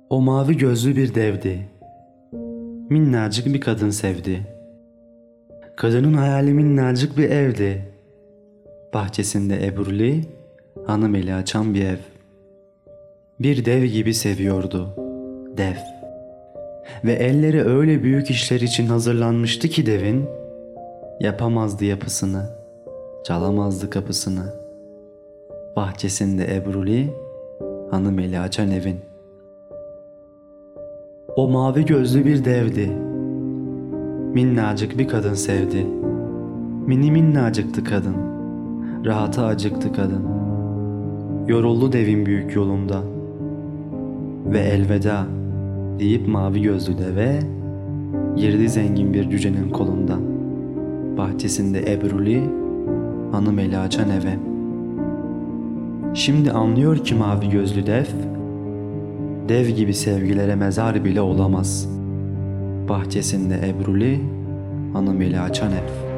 O mavi gözlü bir devdi. Minnacık bir kadın sevdi. Kadının hayali minnacık bir evdi. Bahçesinde ebruli, hanım eli açan bir ev. Bir dev gibi seviyordu. Dev. Ve elleri öyle büyük işler için hazırlanmıştı ki devin, yapamazdı yapısını, çalamazdı kapısını. Bahçesinde ebruli, hanım eli açan evin. O mavi gözlü bir devdi. Minnacık bir kadın sevdi. Mini minnacıktı kadın. Rahata acıktı kadın. Yoruldu devin büyük yolunda. Ve elveda deyip mavi gözlü deve girdi zengin bir cücenin kolunda. Bahçesinde ebruli, hanım eli açan eve. Şimdi anlıyor ki mavi gözlü dev gibi sevgilere mezar bile olamaz. Bahçesinde ebruli, hanım eli açan ev.